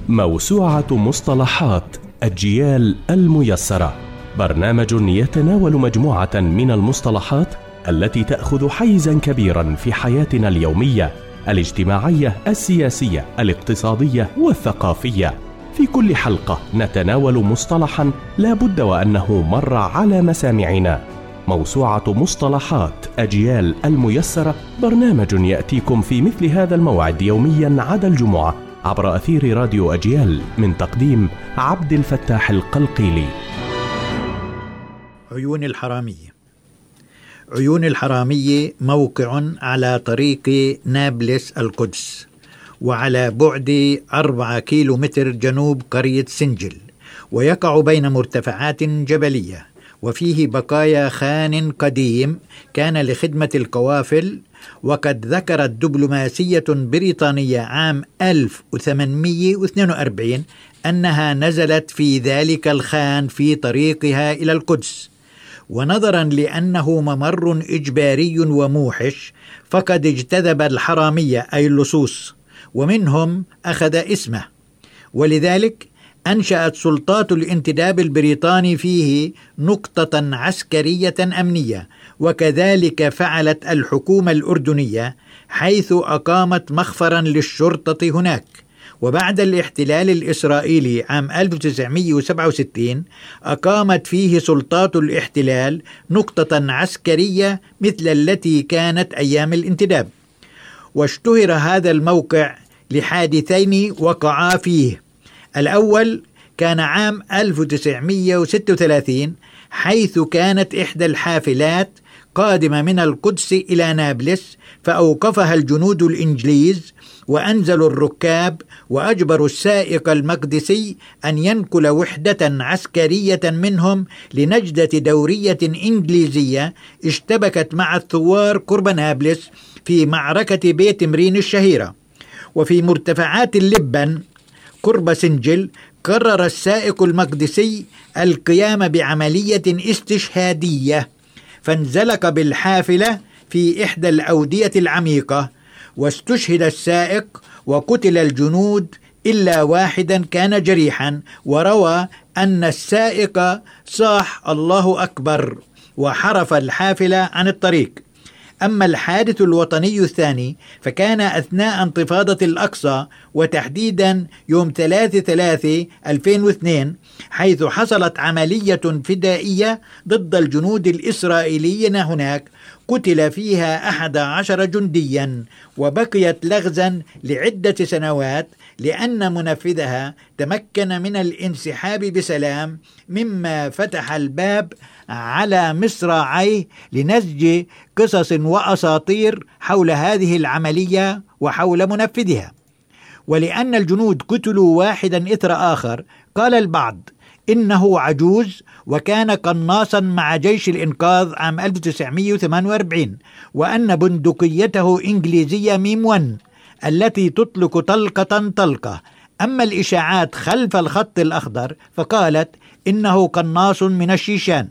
موسوعة مصطلحات أجيال الميسرة، برنامج يتناول مجموعة من المصطلحات التي تأخذ حيزا كبيرا في حياتنا اليومية الاجتماعية، السياسية، الاقتصادية والثقافية. في كل حلقة نتناول مصطلحا لا بد وأنه مر على مسامعنا. موسوعة مصطلحات أجيال الميسرة، برنامج يأتيكم في مثل هذا الموعد يوميا عدا الجمعة عبر أثير راديو أجيال، من تقديم عبد الفتاح القلقيلي. عيون الحرامية. عيون الحرامية موقع على طريق نابلس القدس، وعلى بعد 4 كيلومتر جنوب قرية سنجل، ويقع بين مرتفعات جبلية، وفيه بقايا خان قديم كان لخدمة القوافل. وقد ذكرت دبلوماسية بريطانية عام 1842 أنها نزلت في ذلك الخان في طريقها إلى القدس، ونظرا لأنه ممر إجباري وموحش فقد اجتذب الحرامية أي اللصوص، ومنهم أخذ اسمه، ولذلك أنشأت سلطات الانتداب البريطاني فيه نقطة عسكرية أمنية، وكذلك فعلت الحكومة الأردنية، حيث أقامت مخفرا للشرطة هناك. وبعد الاحتلال الإسرائيلي عام 1967 أقامت فيه سلطات الاحتلال نقطة عسكرية مثل التي كانت أيام الانتداب. واشتهر هذا الموقع لحادثين وقعا فيه. الأول كان عام 1936، حيث كانت إحدى الحافلات قادمة من القدس إلى نابلس، فأوقفها الجنود الإنجليز وأنزلوا الركاب، وأجبروا السائق المقدسي أن ينقل وحدة عسكرية منهم لنجدة دورية إنجليزية اشتبكت مع الثوار قرب نابلس في معركة بيت مرين الشهيرة. وفي مرتفعات اللبن قرب سنجل قرر السائق المقدسي القيام بعملية استشهادية، فانزلق بالحافلة في إحدى الأودية العميقة، واستشهد السائق وقتل الجنود إلا واحدا كان جريحا. وروى أن السائق صاح الله أكبر وحرف الحافلة عن الطريق. أما الحادث الوطني الثاني فكان أثناء انتفاضة الأقصى، وتحديدا يوم 3/3/2002، حيث حصلت عملية فدائية ضد الجنود الإسرائيليين هناك، قتل فيها 11 جنديا، وبقيت لغزا لعدة سنوات لأن منفذها تمكن من الانسحاب بسلام، مما فتح الباب على مصراعيه لنسج قصص وأساطير حول هذه العملية وحول منفذها. ولأن الجنود قتلوا واحدا إثر آخر، قال البعض إنه عجوز وكان قناصا مع جيش الإنقاذ عام 1948، وأن بندقيته إنجليزية ميم 1 التي تطلق طلقة. أما الإشاعات خلف الخط الأخضر فقالت إنه قناص من الشيشان.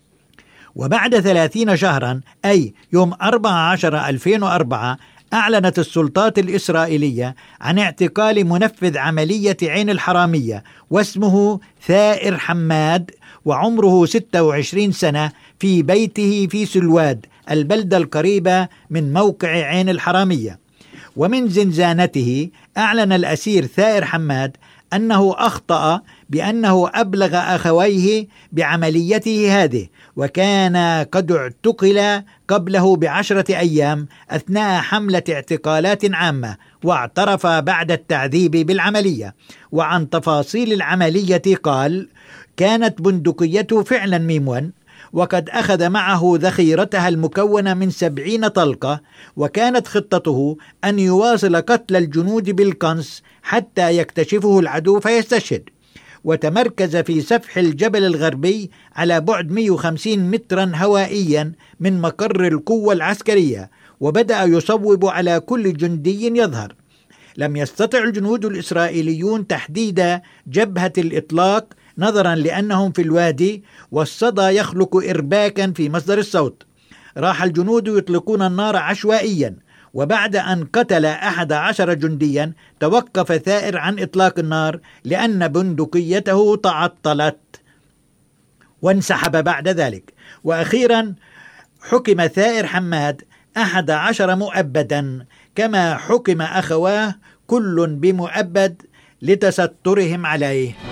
وبعد 30 شهرا، أي يوم 4/10/2004، أعلنت السلطات الإسرائيلية عن اعتقال منفذ عملية عين الحرامية، واسمه ثائر حماد، وعمره 26 سنة، في بيته في سلواد، البلدة القريبة من موقع عين الحرامية. ومن زنزانته أعلن الأسير ثائر حماد أنه أخطأ بأنه أبلغ أخويه بعمليته هذه، وكان قد اعتقل قبله ب10 أيام أثناء حملة اعتقالات عامة، واعترف بعد التعذيب بالعملية. وعن تفاصيل العملية قال: كانت بندقيته فعلا ميم 1، وقد أخذ معه ذخيرتها المكونة من 70 طلقة، وكانت خطته أن يواصل قتل الجنود بالقنص حتى يكتشفه العدو فيستشهد. وتمركز في سفح الجبل الغربي على بعد 150 مترا هوائيا من مقر القوة العسكرية، وبدأ يصوب على كل جندي يظهر. لم يستطع الجنود الإسرائيليون تحديد جبهة الإطلاق نظرا لأنهم في الوادي، والصدى يخلق إرباكا في مصدر الصوت. راح الجنود يطلقون النار عشوائيا، وبعد أن قتل 11 جنديا توقف ثائر عن إطلاق النار لأن بندقيته تعطلت وانسحب بعد ذلك. وأخيرا حكم ثائر حماد 11 مؤبدا، كما حكم أخواه كل بمؤبد لتسترهم عليه.